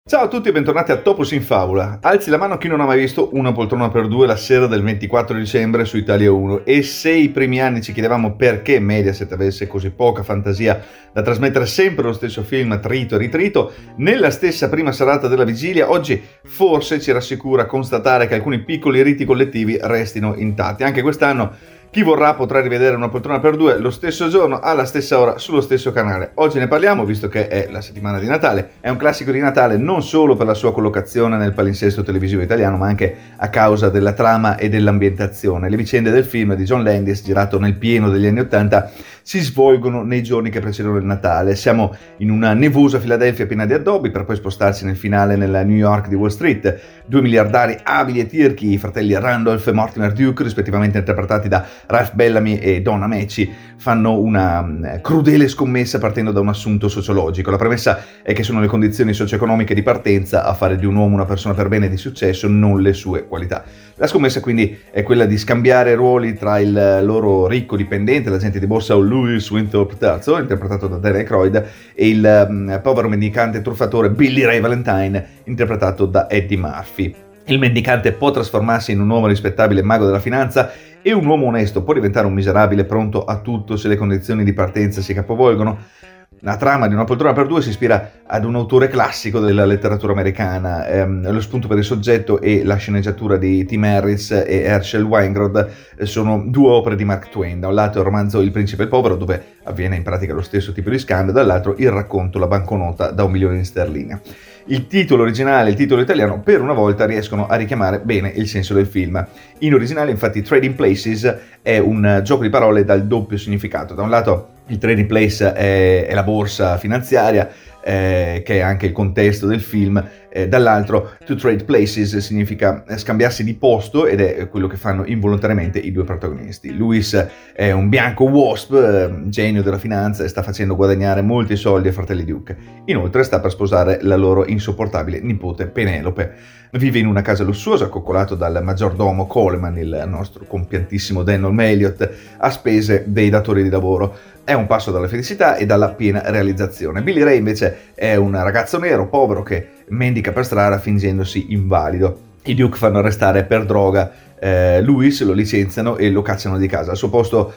Ciao a tutti e bentornati a Topus in Favola. Alzi la mano chi non ha mai visto Una poltrona per due la sera del 24 dicembre su Italia 1. E se i primi anni ci chiedevamo perché Mediaset avesse così poca fantasia da trasmettere sempre lo stesso film trito e ritrito, nella stessa prima serata della vigilia, oggi forse ci rassicura constatare che alcuni piccoli riti collettivi restino intatti. Anche quest'anno chi vorrà potrà rivedere Una poltrona per due lo stesso giorno, alla stessa ora, sullo stesso canale. Oggi ne parliamo, visto che è la settimana di Natale. È un classico di Natale non solo per la sua collocazione nel palinsesto televisivo italiano, ma anche a causa della trama e dell'ambientazione. Le vicende del film di John Landis, girato nel pieno degli anni '80, si svolgono nei giorni che precedono il Natale. Siamo in una nevosa Filadelfia piena di addobbi, per poi spostarci nel finale nella New York di Wall Street. Due miliardari abili e tirchi, i fratelli Randolph e Mortimer Duke, rispettivamente interpretati da Ralph Bellamy e Donna Mecci, fanno una crudele scommessa partendo da un assunto sociologico. La premessa è che sono le condizioni socio-economiche di partenza a fare di un uomo una persona per bene e di successo, non le sue qualità. La scommessa quindi è quella di scambiare ruoli tra il loro ricco dipendente, l'agente di borsa Louis Winthrop III, interpretato da Dan Aykroyd, e il povero mendicante truffatore Billy Ray Valentine, interpretato da Eddie Murphy. Il mendicante può trasformarsi in un uomo rispettabile mago della finanza, e un uomo onesto può diventare un miserabile pronto a tutto se le condizioni di partenza si capovolgono. La trama di Una poltrona per due si ispira ad un autore classico della letteratura americana. Lo spunto per il soggetto e la sceneggiatura di Tim Harris e Herschel Weingrod sono due opere di Mark Twain. Da un lato il romanzo Il principe e il povero, dove avviene in pratica lo stesso tipo di scambio, dall'altro il racconto La banconota da $1 milione di sterline. Il titolo originale e il titolo italiano per una volta riescono a richiamare bene il senso del film. In originale infatti Trading Places è un gioco di parole dal doppio significato. Da un lato il trading place è la borsa finanziaria, che è anche il contesto del film, dall'altro to trade places significa scambiarsi di posto, ed è quello che fanno involontariamente i due protagonisti. Louis è un bianco wasp, genio della finanza, e sta facendo guadagnare molti soldi ai fratelli Duke. Inoltre sta per sposare la loro insopportabile nipote Penelope. Vive in una casa lussuosa, coccolato dal maggiordomo Coleman, il nostro compiantissimo Denholm Elliott, a spese dei datori di lavoro. È un passo dalla felicità e dalla piena realizzazione. Billy Ray invece è un ragazzo nero, povero, che mendica per strada fingendosi invalido. I Duke fanno arrestare per droga Louis, lo licenziano e lo cacciano di casa. Al suo posto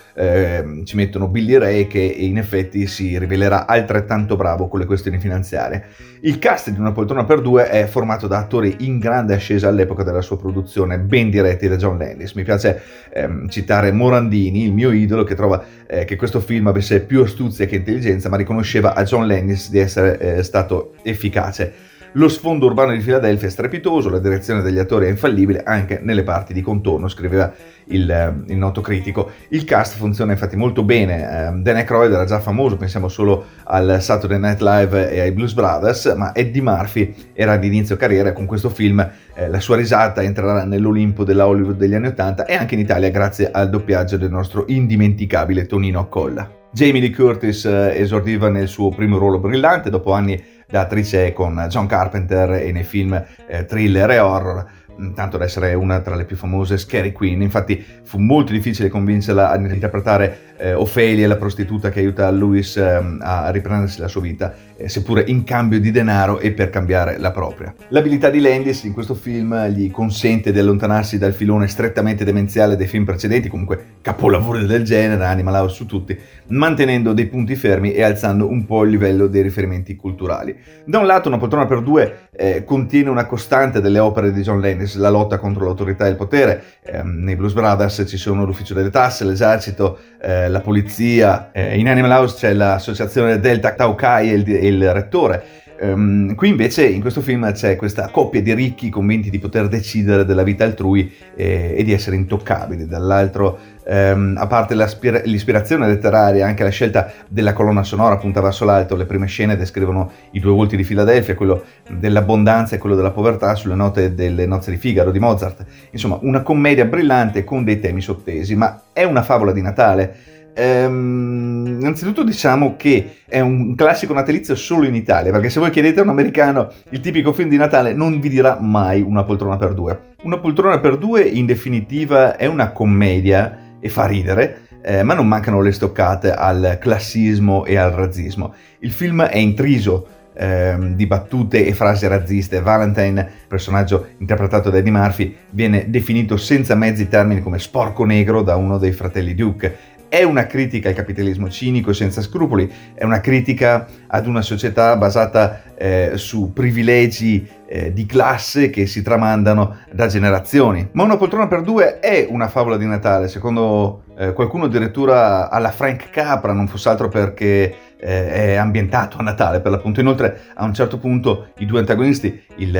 ci mettono Billy Ray, che in effetti si rivelerà altrettanto bravo con le questioni finanziarie. Il cast di Una poltrona per due è formato da attori in grande ascesa all'epoca della sua produzione, ben diretti da John Landis. Mi piace citare Morandini, il mio idolo, che trova che questo film avesse più astuzia che intelligenza, ma riconosceva a John Landis di essere stato efficace. Lo sfondo urbano di Filadelfia è strepitoso, la direzione degli attori è infallibile anche nelle parti di contorno, scriveva il noto critico. Il cast funziona infatti molto bene. Dan Aykroyd era già famoso, pensiamo solo al Saturday Night Live e ai Blues Brothers, ma Eddie Murphy era all'inizio carriera, e con questo film la sua risata entrerà nell'Olimpo della Hollywood degli anni '80 e anche in Italia grazie al doppiaggio del nostro indimenticabile Tonino Accolla. Jamie Lee Curtis esordiva nel suo primo ruolo brillante dopo anni da attrice con John Carpenter e nei film thriller e horror, tanto da essere una tra le più famose Scary Queen. Infatti fu molto difficile convincerla ad interpretare Ophelia, la prostituta che aiuta Louis a riprendersi la sua vita, seppure in cambio di denaro e per cambiare la propria. L'abilità di Landis in questo film gli consente di allontanarsi dal filone strettamente demenziale dei film precedenti, comunque capolavori del genere, Animal House su tutti, mantenendo dei punti fermi e alzando un po' il livello dei riferimenti culturali. Da un lato Una poltrona per due contiene una costante delle opere di John Landis, la lotta contro l'autorità e il potere. Nei Blues Brothers ci sono l'ufficio delle tasse, l'esercito, la polizia. In Animal House c'è l'associazione Delta Tau Chi e il rettore. Qui invece in questo film c'è questa coppia di ricchi convinti di poter decidere della vita altrui e di essere intoccabili. Dall'altro, a parte l'ispirazione letteraria, anche la scelta della colonna sonora punta verso l'alto. Le prime scene descrivono i due volti di Filadelfia, quello dell'abbondanza e quello della povertà, sulle note delle Nozze di Figaro di Mozart. Insomma, una commedia brillante con dei temi sottesi, ma è una favola di Natale. Innanzitutto diciamo che è un classico natalizio solo in Italia, perché se voi chiedete a un americano il tipico film di Natale non vi dirà mai Una poltrona per due. Una poltrona per due in definitiva è una commedia e fa ridere, ma non mancano le stoccate al classismo e al razzismo. Il film è intriso di battute e frasi razziste. Valentine, personaggio interpretato da Eddie Murphy, viene definito senza mezzi termini come sporco negro da uno dei fratelli Duke. È una critica al capitalismo cinico e senza scrupoli, è una critica ad una società basata su privilegi di classe che si tramandano da generazioni. Ma Una poltrona per due è una favola di Natale, secondo qualcuno addirittura alla Frank Capra, non fosse altro perché è ambientato a Natale per l'appunto. Inoltre a un certo punto i due antagonisti,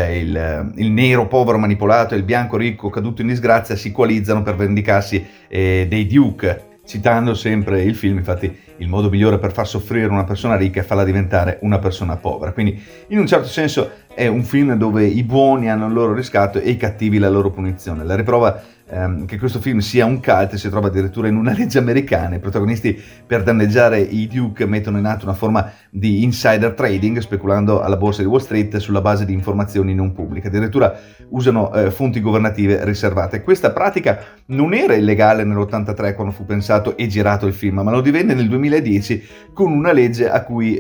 il nero povero manipolato e il bianco ricco caduto in disgrazia, si coalizzano per vendicarsi dei Duke. Citando sempre il film, infatti, il modo migliore per far soffrire una persona ricca è farla diventare una persona povera. Quindi, in un certo senso, è un film dove i buoni hanno il loro riscatto e i cattivi la loro punizione. La riprova che questo film sia un cult si trova addirittura in una legge americana. I protagonisti, per danneggiare i Duke, mettono in atto una forma di insider trading, speculando alla borsa di Wall Street sulla base di informazioni non pubbliche. Addirittura usano fonti governative riservate. Questa pratica non era illegale nell'83 quando fu pensato e girato il film, ma lo divenne nel 2010 con una legge a cui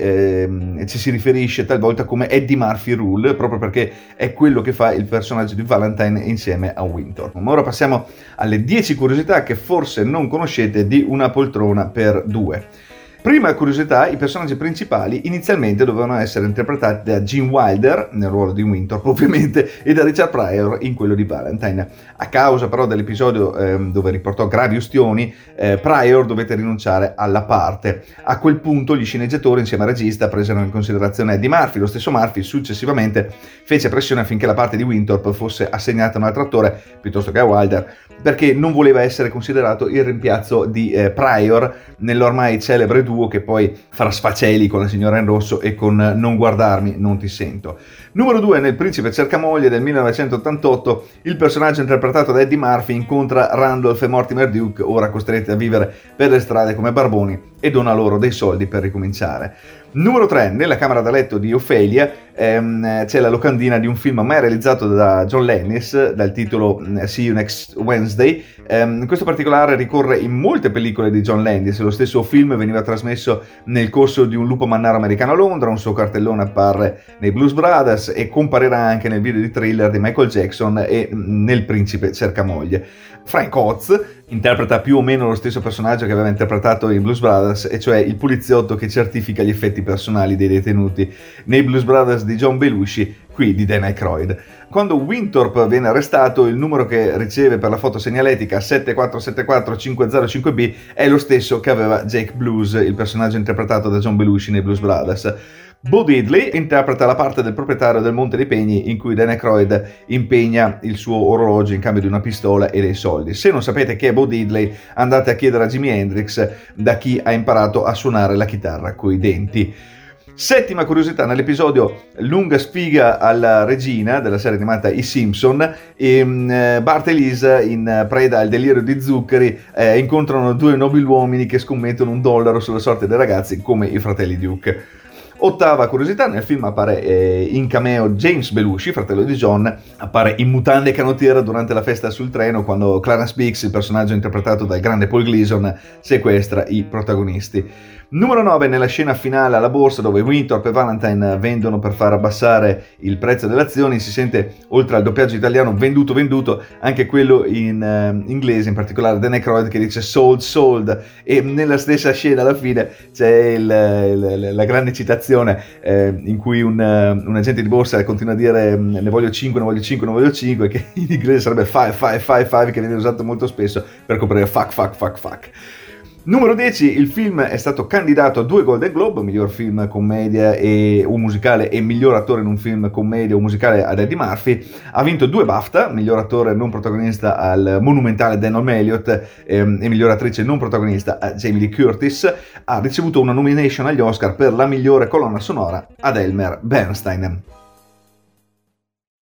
ci si riferisce talvolta come Eddie Murphy Rule, proprio perché è quello che fa il personaggio di Valentine insieme a Winthorpe. Ma ora passiamo alle 10 curiosità che forse non conoscete di Una poltrona per due. Prima curiosità, i personaggi principali inizialmente dovevano essere interpretati da Gene Wilder, nel ruolo di Winthorpe ovviamente, e da Richard Pryor in quello di Valentine. A causa però dell'episodio dove riportò gravi ustioni, Pryor dovette rinunciare alla parte. A quel punto gli sceneggiatori insieme al regista presero in considerazione Eddie Murphy. Lo stesso Murphy successivamente fece pressione affinché la parte di Winthorpe fosse assegnata a un altro attore piuttosto che a Wilder, perché non voleva essere considerato il rimpiazzo di Pryor nell'ormai celebre duo che poi farà sfaceli con La signora in rosso e con Non guardarmi, non ti sento. Numero 2, nel Principe cerca moglie del 1988, il personaggio interpretato da Eddie Murphy incontra Randolph e Mortimer Duke, ora costretti a vivere per le strade come barboni, e dona loro dei soldi per ricominciare. Numero 3, nella camera da letto di Ophelia c'è la locandina di un film mai realizzato da John Landis dal titolo See You Next Wednesday. Questo particolare ricorre in molte pellicole di John Landis. Lo stesso film veniva trasmesso nel corso di Un lupo mannaro americano a Londra, un suo cartellone apparre nei Blues Brothers e comparirà anche nel video di Thriller di Michael Jackson e nel Principe cerca moglie. Frank Oz interpreta più o meno lo stesso personaggio che aveva interpretato in Blues Brothers, e cioè il poliziotto che certifica gli effetti personali dei detenuti. Nei Blues Brothers di John Belushi, qui di Dan Aykroyd. Quando Winthorpe viene arrestato, il numero che riceve per la foto segnaletica 7474505B è lo stesso che aveva Jake Blues, il personaggio interpretato da John Belushi nei Blues Brothers. Bo Diddley interpreta la parte del proprietario del Monte dei Pegni in cui Dan Aykroyd impegna il suo orologio in cambio di una pistola e dei soldi. Se non sapete chi è Bo Diddley, andate a chiedere a Jimi Hendrix da chi ha imparato a suonare la chitarra coi denti. Settima curiosità, nell'episodio Lunga sfiga alla regina della serie animata I Simpson, Bart e Lisa, in preda al delirio di zuccheri, incontrano due nobiluomini che scommettono $1 sulla sorte dei ragazzi come i fratelli Duke. Ottava curiosità, nel film appare in cameo James Belushi, fratello di John, appare in mutande e canottiera durante la festa sul treno quando Clarence Biggs, il personaggio interpretato dal grande Paul Gleason, sequestra i protagonisti. Numero 9, nella scena finale alla borsa dove Winthorpe e Valentine vendono per far abbassare il prezzo delle azioni, si sente, oltre al doppiaggio italiano venduto, anche quello in inglese, in particolare Dan Aykroyd che dice sold, e nella stessa scena alla fine c'è la grande citazione in cui un agente di borsa continua a dire ne voglio 5, che in inglese sarebbe 5, che viene usato molto spesso per coprire fuck. Numero 10, il film è stato candidato a 2 Golden Globe, miglior film commedia o musicale e miglior attore in un film commedia o musicale ad Eddie Murphy. Ha vinto 2 BAFTA, miglior attore non protagonista al monumentale Denholm Elliott e miglior attrice non protagonista a Jamie Lee Curtis. Ha ricevuto una nomination agli Oscar per la migliore colonna sonora ad Elmer Bernstein.